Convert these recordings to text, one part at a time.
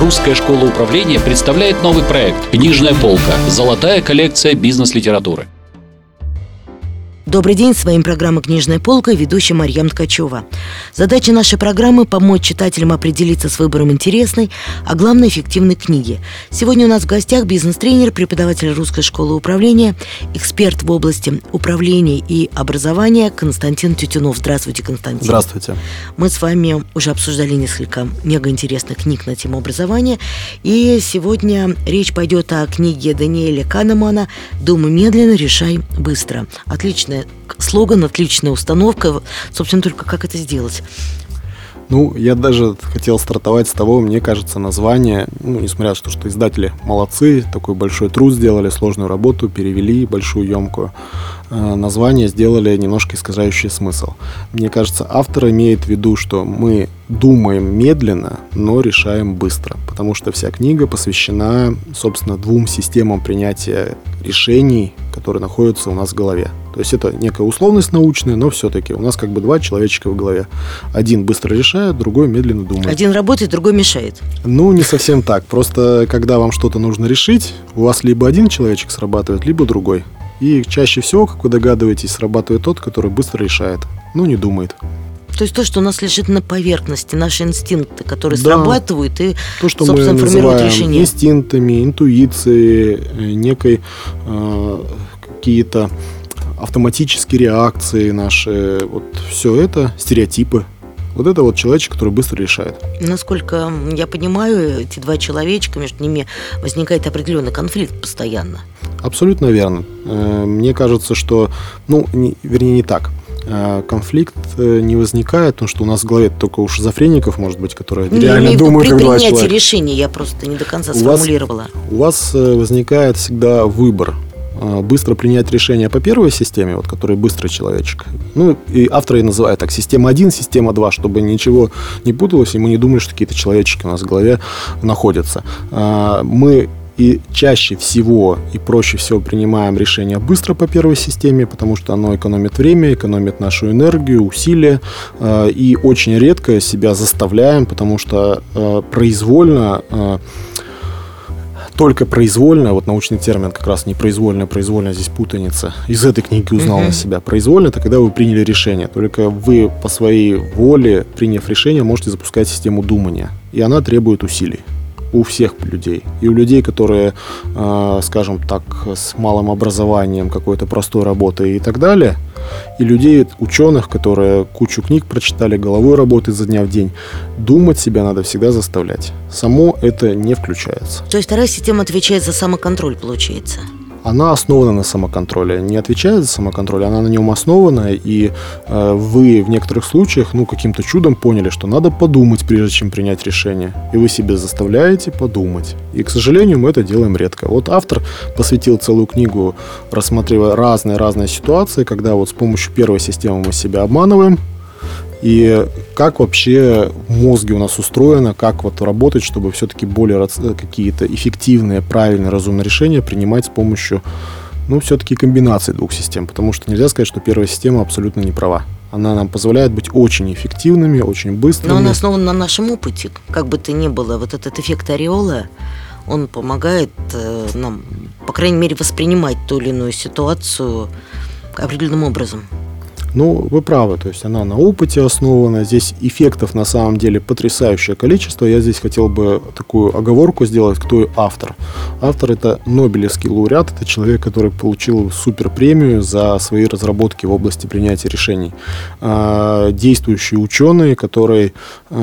Русская школа управления представляет новый проект «Книжная полка. Золотая коллекция бизнес-литературы». Добрый день, с вами программа «Книжная полка» и ведущая Марьям Ткачева. Задача нашей программы – помочь читателям определиться с выбором интересной, а главное – эффективной книги. Сегодня у нас в гостях бизнес-тренер, преподаватель Русской школы управления, эксперт в области управления и образования Константин Тютюнов. Здравствуйте, Константин. Здравствуйте. Мы с вами уже обсуждали несколько мегаинтересных книг на тему образования. И сегодня речь пойдет о книге Даниэля Канемана «Думай медленно, решай быстро». Отличный слоган, отличная установка. Собственно, только как это сделать? Я даже хотел стартовать с того, мне кажется, название, несмотря на то, что издатели молодцы, такой большой труд сделали, сложную работу, перевели большую, емкую, название сделали немножко искажающий смысл. Мне кажется, автор имеет в виду, что мы думаем медленно, но решаем быстро, потому что вся книга посвящена, собственно, двум системам принятия решений, которые находятся у нас в голове. То есть это некая условность научная, но все-таки у нас как бы два человечка в голове. Один быстро решает, другой медленно думает. Один работает, другой мешает. Не совсем так. Просто когда вам что-то нужно решить, у вас либо один человечек срабатывает, либо другой. И чаще всего, как вы догадываетесь, срабатывает тот, который быстро решает, но не думает. То есть то, что у нас лежит на поверхности, наши инстинкты, которые срабатывают и, то, что собственно, мы формируют называем решение. Инстинктами, интуицией, некой какие-то автоматические реакции наши, все это стереотипы. Это человечек, который быстро решает. Насколько я понимаю, эти два человечка, между ними возникает определенный конфликт постоянно. Абсолютно верно. Мне кажется, что, не так. Конфликт не возникает, потому что у нас в голове только у шизофреников, может быть, которые реально думают как два человека. При принятии решения я просто не до конца сформулировала. У вас возникает всегда выбор. Быстро принять решение по первой системе, который быстрый человечек. И авторы называют так: система 1, система 2, чтобы ничего не путалось, и мы не думали, что какие-то человечки у нас в голове находятся. Мы и чаще всего и проще всего принимаем решение быстро по первой системе, потому что оно экономит время, экономит нашу энергию, усилия, и очень редко себя заставляем, потому что только произвольно, научный термин как раз непроизвольно, произвольно, здесь путаница, из этой книги узнал на себя. Произвольно – это когда вы приняли решение. Только вы по своей воле, приняв решение, можете запускать систему думания. И она требует усилий у всех людей. И у людей, которые, скажем так, с малым образованием, какой-то простой работой и так далее, и людей, ученых, которые кучу книг прочитали, головой работают изо дня в день. Думать себя надо всегда заставлять. Само это не включается. То есть вторая система отвечает за самоконтроль, получается? Она основана на самоконтроле. Не отвечает за самоконтроль, она на нем основана. И вы в некоторых случаях, каким-то чудом поняли, что надо подумать, прежде чем принять решение. И вы себя заставляете подумать. И, к сожалению, мы это делаем редко. Автор посвятил целую книгу, рассматривая разные ситуации, когда с помощью первой системы мы себя обманываем. И как вообще в мозге у нас устроено, как работать, чтобы все-таки более какие-то эффективные, правильные, разумные решения принимать с помощью, все-таки комбинации двух систем. Потому что нельзя сказать, что первая система абсолютно не права. Она нам позволяет быть очень эффективными, очень быстрыми. Но она основана на нашем опыте. Как бы то ни было, этот эффект ореола, он помогает нам, по крайней мере, воспринимать ту или иную ситуацию определенным образом. Вы правы, то есть она на опыте основана. Здесь эффектов на самом деле потрясающее количество. Я здесь хотел бы такую оговорку сделать, кто автор. Автор – это Нобелевский лауреат, это человек, который получил суперпремию за свои разработки в области принятия решений. Действующий ученый, который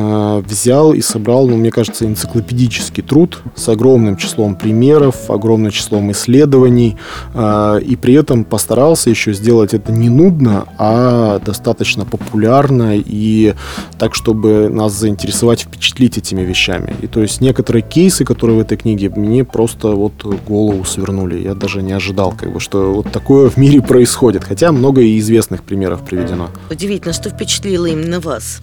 взял и собрал, мне кажется, энциклопедический труд с огромным числом примеров, огромным числом исследований, и при этом постарался еще сделать это не нудно, а достаточно популярна и так, чтобы нас заинтересовать, впечатлить этими вещами. И то есть некоторые кейсы, которые в этой книге, мне просто голову свернули. Я даже не ожидал, что такое в мире происходит. Хотя много и известных примеров приведено. Удивительно, что впечатлило именно вас?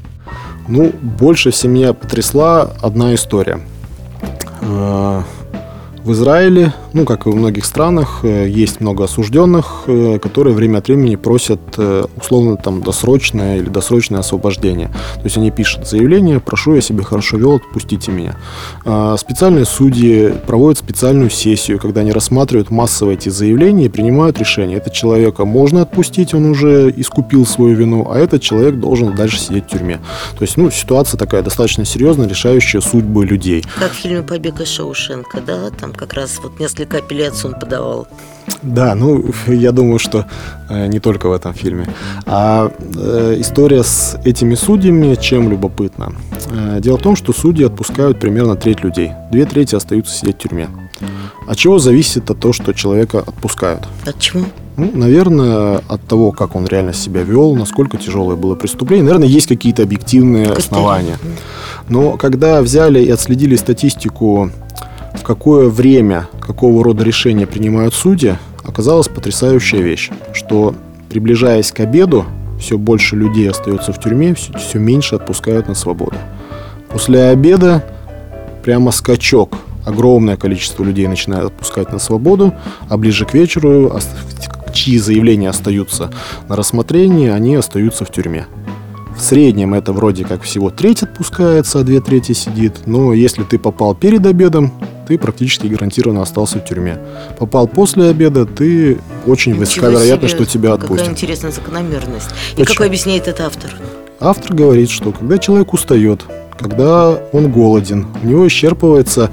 Больше всего меня потрясла одна история. В Израиле, как и в многих странах, есть много осужденных, которые время от времени просят условно там досрочное или досрочное освобождение. То есть они пишут заявление: прошу, я себя хорошо вел, отпустите меня. Специальные судьи проводят специальную сессию, когда они рассматривают массово эти заявления и принимают решение. Этого человека можно отпустить, он уже искупил свою вину, а этот человек должен дальше сидеть в тюрьме. То есть, ситуация такая достаточно серьезная, решающая судьбы людей. Как в фильме «Побег из Шоушенка», да? Там как раз несколько апелляций он подавал. Да, я думаю, что не только в этом фильме. А история с этими судьями чем любопытна? Дело в том, что судьи отпускают примерно треть людей. 2/3 остаются сидеть в тюрьме. От чего зависит от того, что человека отпускают? От чего? Наверное, от того, как он реально себя вел, насколько тяжелое было преступление. Наверное, есть какие-то объективные основания. Но когда взяли и отследили статистику, в какое время, какого рода решения принимают судьи, оказалась потрясающая вещь, что, приближаясь к обеду, все больше людей остается в тюрьме, все меньше отпускают на свободу. После обеда прямо скачок. Огромное количество людей начинают отпускать на свободу, а ближе к вечеру, чьи заявления остаются на рассмотрении, они остаются в тюрьме. В среднем это вроде как всего треть отпускается, а 2/3 сидит. Но если ты попал перед обедом, ты практически гарантированно остался в тюрьме. Попал после обеда, ты очень высока вероятность, что тебя отпустят. Какая интересная закономерность. И как объясняет это автор? Автор говорит, что когда человек устает, когда он голоден, у него исчерпывается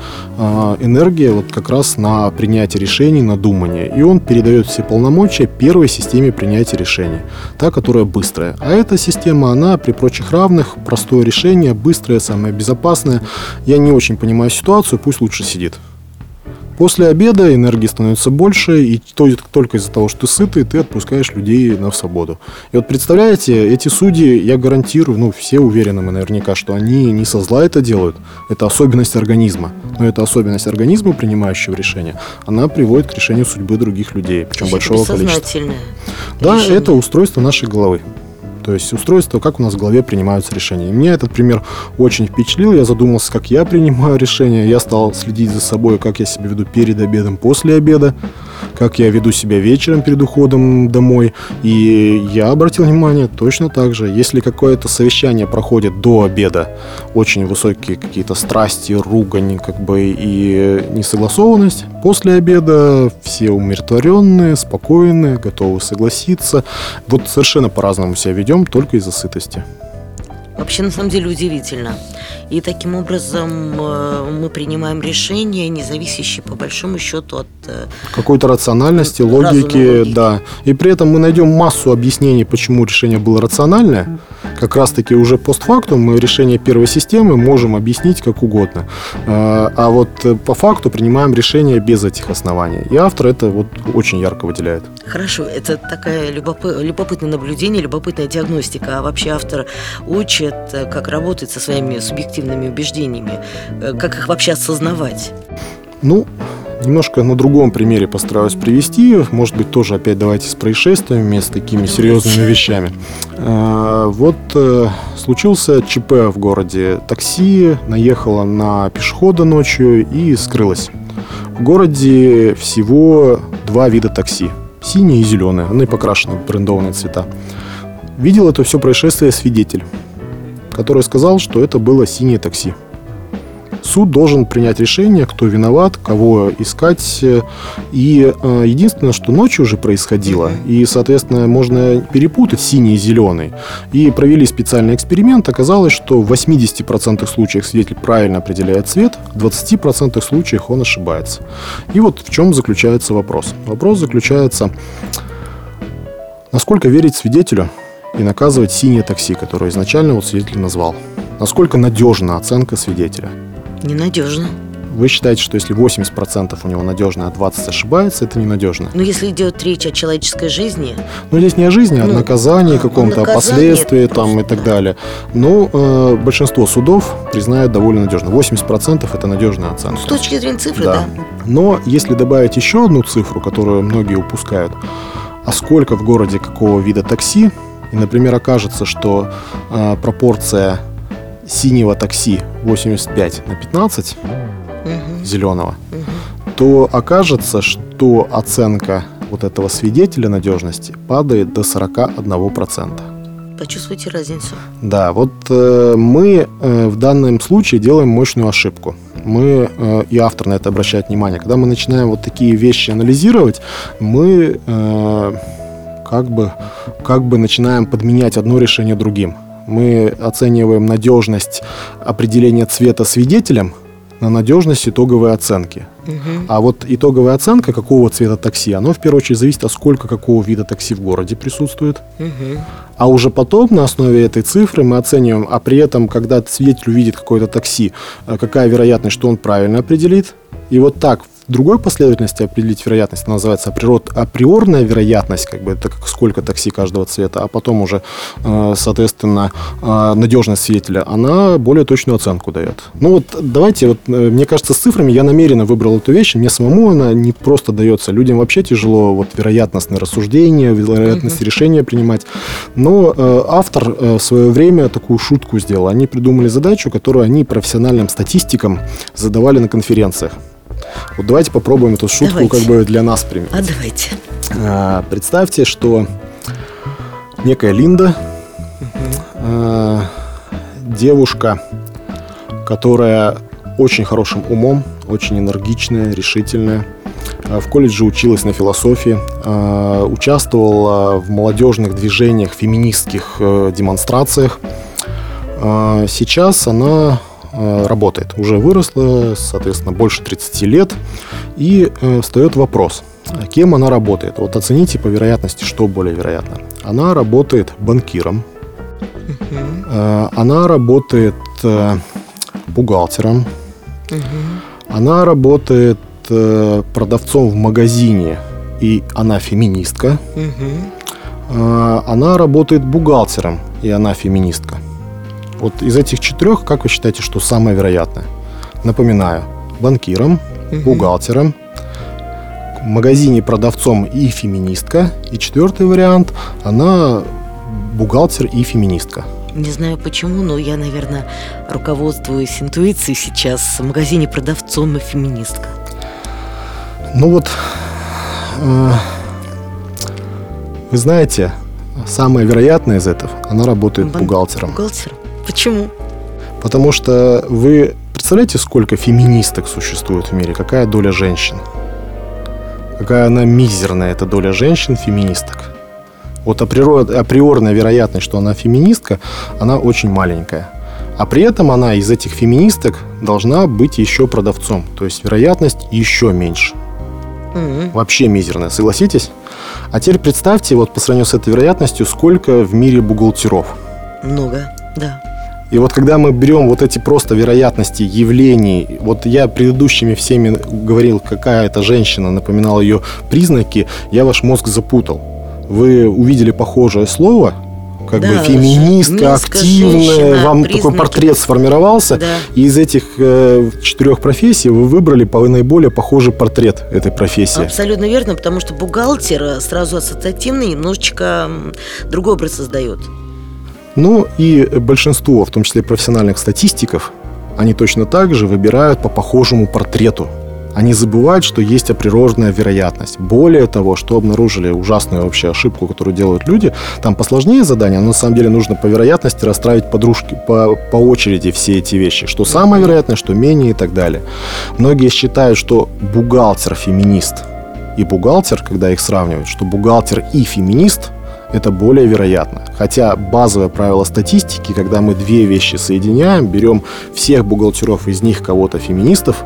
энергия как раз на принятие решений, на думание. И он передает все полномочия первой системе принятия решений, та, которая быстрая. А эта система, она при прочих равных, простое решение, быстрое, самое безопасное. Я не очень понимаю ситуацию, пусть лучше сидит. После обеда энергии становится больше, и только из-за того, что ты сытый, ты отпускаешь людей на свободу. И представляете, эти судьи, я гарантирую, все уверены наверняка, что они не со зла это делают. Это особенность организма. Но эта особенность организма, принимающего решения, она приводит к решению судьбы других людей, причем большого количества. Да, решение. Это устройство нашей головы. То есть устройство, как у нас в голове принимаются решения. И меня этот пример очень впечатлил. Я задумался, как я принимаю решения. Я стал следить за собой, как я себя веду перед обедом, после обеда, как я веду себя вечером перед уходом домой. И я обратил внимание точно так же. Если какое-то совещание проходит до обеда, очень высокие какие-то страсти, ругань, и несогласованность, после обеда все умиротворенные, спокойные, готовы согласиться. Совершенно по-разному себя ведем, только из-за сытости. Вообще, на самом деле, удивительно. И таким образом мы принимаем решения, не зависящие, по большому счету, от какой-то рациональности, логики, да. И при этом мы найдем массу объяснений, почему решение было рациональное. Как раз-таки уже постфактум мы решение первой системы можем объяснить как угодно. А по факту принимаем решение без этих оснований. И автор это очень ярко выделяет. Хорошо, это такая любопытное наблюдение, любопытная диагностика. А вообще автор учит, как работать со своими субъективными убеждениями, как их вообще осознавать. Немножко на другом примере постараюсь привести. Может быть, тоже опять давайте с происшествиями, с такими серьезными вещами. Случился ЧП в городе. Такси наехало на пешехода ночью и скрылось. В городе всего 2 вида такси. Синие и зеленые. Они покрашены в брендованные цвета. Видел это все происшествие свидетель, который сказал, что это было синее такси. Суд должен принять решение, кто виноват, кого искать. И единственное, что ночью уже происходило, и, соответственно, можно перепутать синий и зеленый. И провели специальный эксперимент. Оказалось, что в 80% случаев свидетель правильно определяет цвет, в 20% случаях он ошибается. И в чем заключается вопрос. Вопрос заключается, насколько верить свидетелю и наказывать синее такси, которое изначально свидетель назвал. Насколько надежна оценка свидетеля? Ненадежно. Вы считаете, что если 80% у него надежно, а 20% ошибается, это ненадежно? Если идет речь о человеческой жизни... Здесь не о жизни, а о наказании каком-то, о последствии и так далее. Но большинство судов признают довольно надежно. 80% это надежная оценка. С точки зрения цифры, да. Но если добавить еще одну цифру, которую многие упускают, а сколько в городе какого вида такси, и, например, окажется, что пропорция синего такси 85/15, зеленого, то окажется, что оценка вот этого свидетеля надежности падает до 41%. Почувствуйте разницу. Да, вот мы в данном случае делаем мощную ошибку. Мы, и автор на это обращает внимание, когда мы начинаем вот такие вещи анализировать, мы как бы начинаем подменять одно решение другим. Мы оцениваем надежность определения цвета свидетелем на надежность итоговой оценки. А вот итоговая оценка какого цвета такси, она в первую очередь зависит от сколько какого вида такси в городе присутствует. А уже потом на основе этой цифры мы оцениваем, а при этом, когда свидетель увидит какое-то такси, какая вероятность, что он правильно определит. И вот так в другой последовательности определить вероятность, она называется априорная вероятность, как бы это сколько такси каждого цвета, а потом уже, соответственно, надежность свидетеля, она более точную оценку дает. Ну вот давайте, вот мне кажется, с цифрами я намеренно выбрал эту вещь, мне самому она не просто дается, людям вообще тяжело вот вероятностные рассуждения, вероятности решения принимать, но автор в свое время такую шутку сделал, они придумали задачу, которую они профессиональным статистикам задавали на конференциях. Вот давайте попробуем эту шутку как бы для нас применить. Давайте. Представьте, что некая Линда, девушка, которая очень хорошим умом, очень энергичная, решительная, в колледже училась на философии, участвовала в молодежных движениях, феминистских демонстрациях. Сейчас она работает, уже выросла, соответственно, больше 30 лет, и встает вопрос, кем она работает. Вот оцените по вероятности, что более вероятно. Она работает банкиром, она работает бухгалтером, она работает продавцом в магазине, и она феминистка, она работает бухгалтером, и она феминистка. Вот из этих четырех, как вы считаете, что самое вероятное? Напоминаю, банкиром, бухгалтером, в магазине продавцом и феминистка. И четвертый вариант, она бухгалтер и феминистка. Не знаю почему, но я, наверное, руководствуюсь интуицией сейчас в магазине продавцом и феминистка. Ну вот, вы знаете, самое вероятное из этого, она работает бухгалтером. Бухгалтером? Почему? Потому что вы представляете, сколько феминисток существует в мире? Какая доля женщин? Какая она мизерная, эта доля женщин-феминисток? Вот априорная вероятность, что она феминистка, она очень маленькая. А при этом она из этих феминисток должна быть еще продавцом. То есть вероятность еще меньше. Вообще мизерная, согласитесь? А теперь представьте, вот по сравнению с этой вероятностью, сколько в мире бухгалтеров. Много, да. И вот когда мы берем вот эти просто вероятности явлений, вот я предыдущими всеми говорил, какая это женщина, напоминал ее признаки, я ваш мозг запутал. Вы увидели похожее слово, как бы феминистка, активная, женщина, вам признаки. Такой портрет сформировался, и из этих 4 профессий вы выбрали наиболее похожий портрет этой профессии. Абсолютно верно, потому что бухгалтер сразу ассоциативный, немножечко другой образ создает. Ну и большинство, в том числе профессиональных статистиков, они точно так же выбирают по похожему портрету. Они забывают, что есть априорная вероятность. Более того, что обнаружили ужасную вообще ошибку, которую делают люди, там посложнее задание, но на самом деле нужно по вероятности расстраивать по очереди все эти вещи. Что самое вероятное, что менее и так далее. Многие считают, что бухгалтер феминист и бухгалтер, когда их сравнивают, что бухгалтер и феминист – это более вероятно. Хотя базовое правило статистики, когда мы две вещи соединяем, берем всех бухгалтеров, из них кого-то феминистов,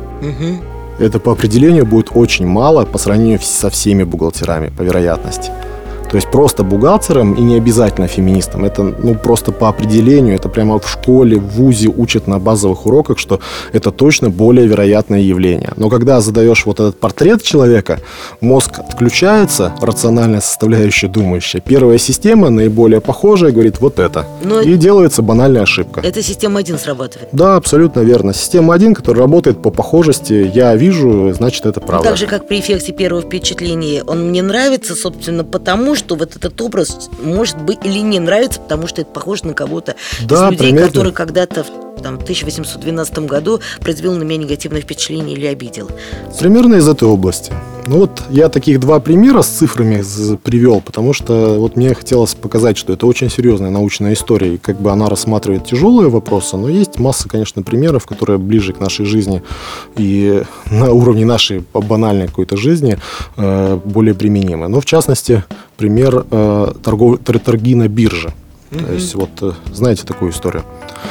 это по определению будет очень мало по сравнению со всеми бухгалтерами по вероятности. То есть просто бухгалтером и не обязательно феминистом. Это просто по определению, это прямо в школе, в вузе учат на базовых уроках, что это точно более вероятное явление. Но когда задаешь вот этот портрет человека, мозг отключается, рациональная составляющая думающая. Первая система, наиболее похожая, говорит вот это. И делается банальная ошибка. Это система 1 срабатывает. Да, абсолютно верно. Система 1, которая работает по похожести, я вижу, значит это правда. Так же, как при эффекте первого впечатления, он мне нравится, собственно, потому что что вот этот образ может быть или не нравится, потому что это похоже на кого-то Да, из людей, примерно. который когда-то в 1812 году произвел на меня негативное впечатление или обидел. Примерно из этой области. Ну вот я таких два примера с цифрами привел, потому что вот мне хотелось показать, что это очень серьезная научная история, и как бы она рассматривает тяжелые вопросы, но есть масса, конечно, примеров, которые ближе к нашей жизни и на уровне нашей банальной какой-то жизни более применимы. Но в частности, пример торги на бирже. То есть, вот знаете такую историю,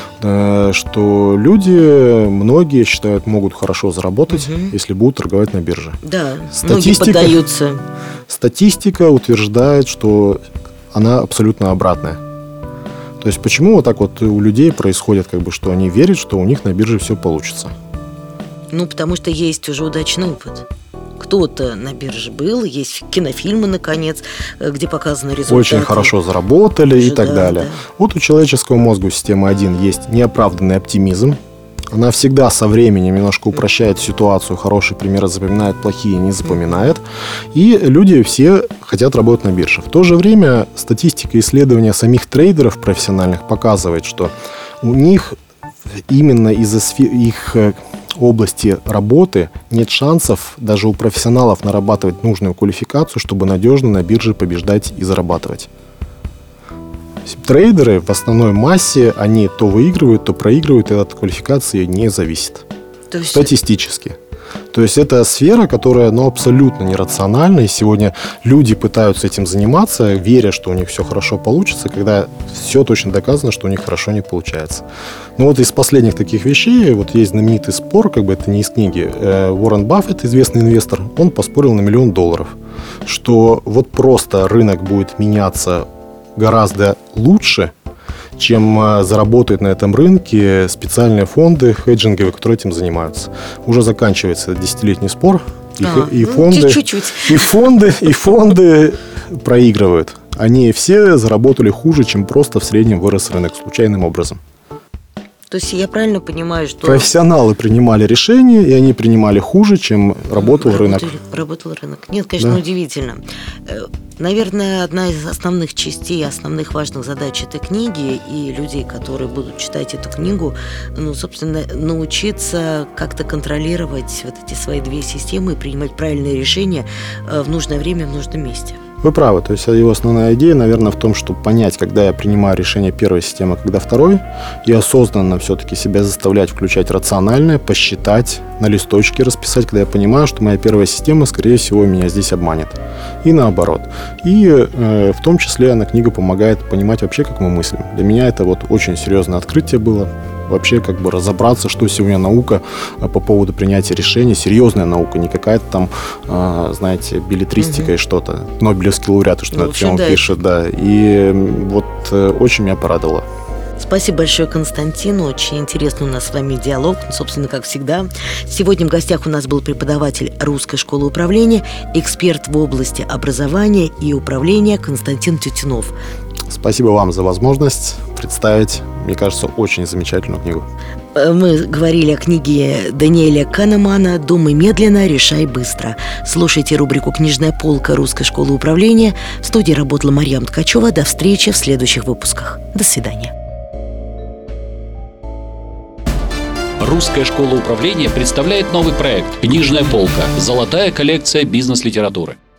что люди, многие считают, могут хорошо заработать, если будут торговать на бирже. Да, многие поддаются. Статистика утверждает, что она абсолютно обратная. То есть, почему вот так вот у людей происходит, как бы, что они верят, что у них на бирже все получится? Ну, потому что есть уже удачный опыт. Кто-то на бирже был, есть кинофильмы, наконец, где показаны результаты. Очень хорошо заработали и так далее. Да. Вот у человеческого мозга, у системы 1, есть неоправданный оптимизм. Она всегда со временем немножко упрощает ситуацию, хорошие примеры запоминает, плохие не запоминает. И люди все хотят работать на бирже. В то же время статистика исследования самих трейдеров профессиональных показывает, что у них именно из-за их области работы нет шансов даже у профессионалов нарабатывать нужную квалификацию, чтобы надежно на бирже побеждать и зарабатывать. Трейдеры в основной массе, они то выигрывают, то проигрывают, и от квалификации не зависит. То есть... Статистически. То есть это сфера, которая абсолютно нерациональна, и сегодня люди пытаются этим заниматься, веря, что у них все хорошо получится, когда все точно доказано, что у них хорошо не получается. Но вот из последних таких вещей, вот есть знаменитый спор, как бы это не из книги, Уоррен Баффет, известный инвестор, он поспорил на $1 миллион, что вот просто рынок будет меняться гораздо лучше, чем заработают на этом рынке специальные фонды хеджинговые, которые этим занимаются. Уже заканчивается десятилетний спор, и фонды проигрывают. Они все заработали хуже, чем просто в среднем вырос рынок случайным образом. То есть я правильно понимаю, что... Профессионалы принимали решения, и они принимали хуже, чем работал рынок. Работал рынок. Нет, конечно, удивительно. Наверное, одна из основных частей, основных важных задач этой книги и людей, которые будут читать эту книгу, собственно, научиться как-то контролировать вот эти свои две системы и принимать правильные решения в нужное время, в нужном месте. Вы правы, то есть его основная идея, наверное, в том, чтобы понять, когда я принимаю решение первой системы, когда второй, и осознанно все-таки себя заставлять включать рациональное, посчитать, на листочке расписать, когда я понимаю, что моя первая система, скорее всего, меня здесь обманет. И наоборот. И в том числе эта книга помогает понимать вообще, как мы мыслим. Для меня это вот очень серьезное открытие было. Вообще как бы разобраться, что сегодня наука по поводу принятия решений, серьезная наука, не какая-то там, знаете, беллетристика и что-то. Нобелевские лауреаты, что на эту тему пишут, да. И вот очень меня порадовало. Спасибо большое, Константин. Очень интересный у нас с вами диалог, собственно, как всегда. Сегодня в гостях у нас был преподаватель Русской школы управления, эксперт в области образования и управления Константин Тютюнов. Спасибо вам за возможность представить, мне кажется, очень замечательную книгу. Мы говорили о книге Даниэля Канемана «Думай медленно, решай быстро». Слушайте рубрику «Книжная полка Русской школы управления». В студии работала Марьям Ткачева. До встречи в следующих выпусках. До свидания. Русская школа управления представляет новый проект «Книжная полка. Золотая коллекция бизнес-литературы».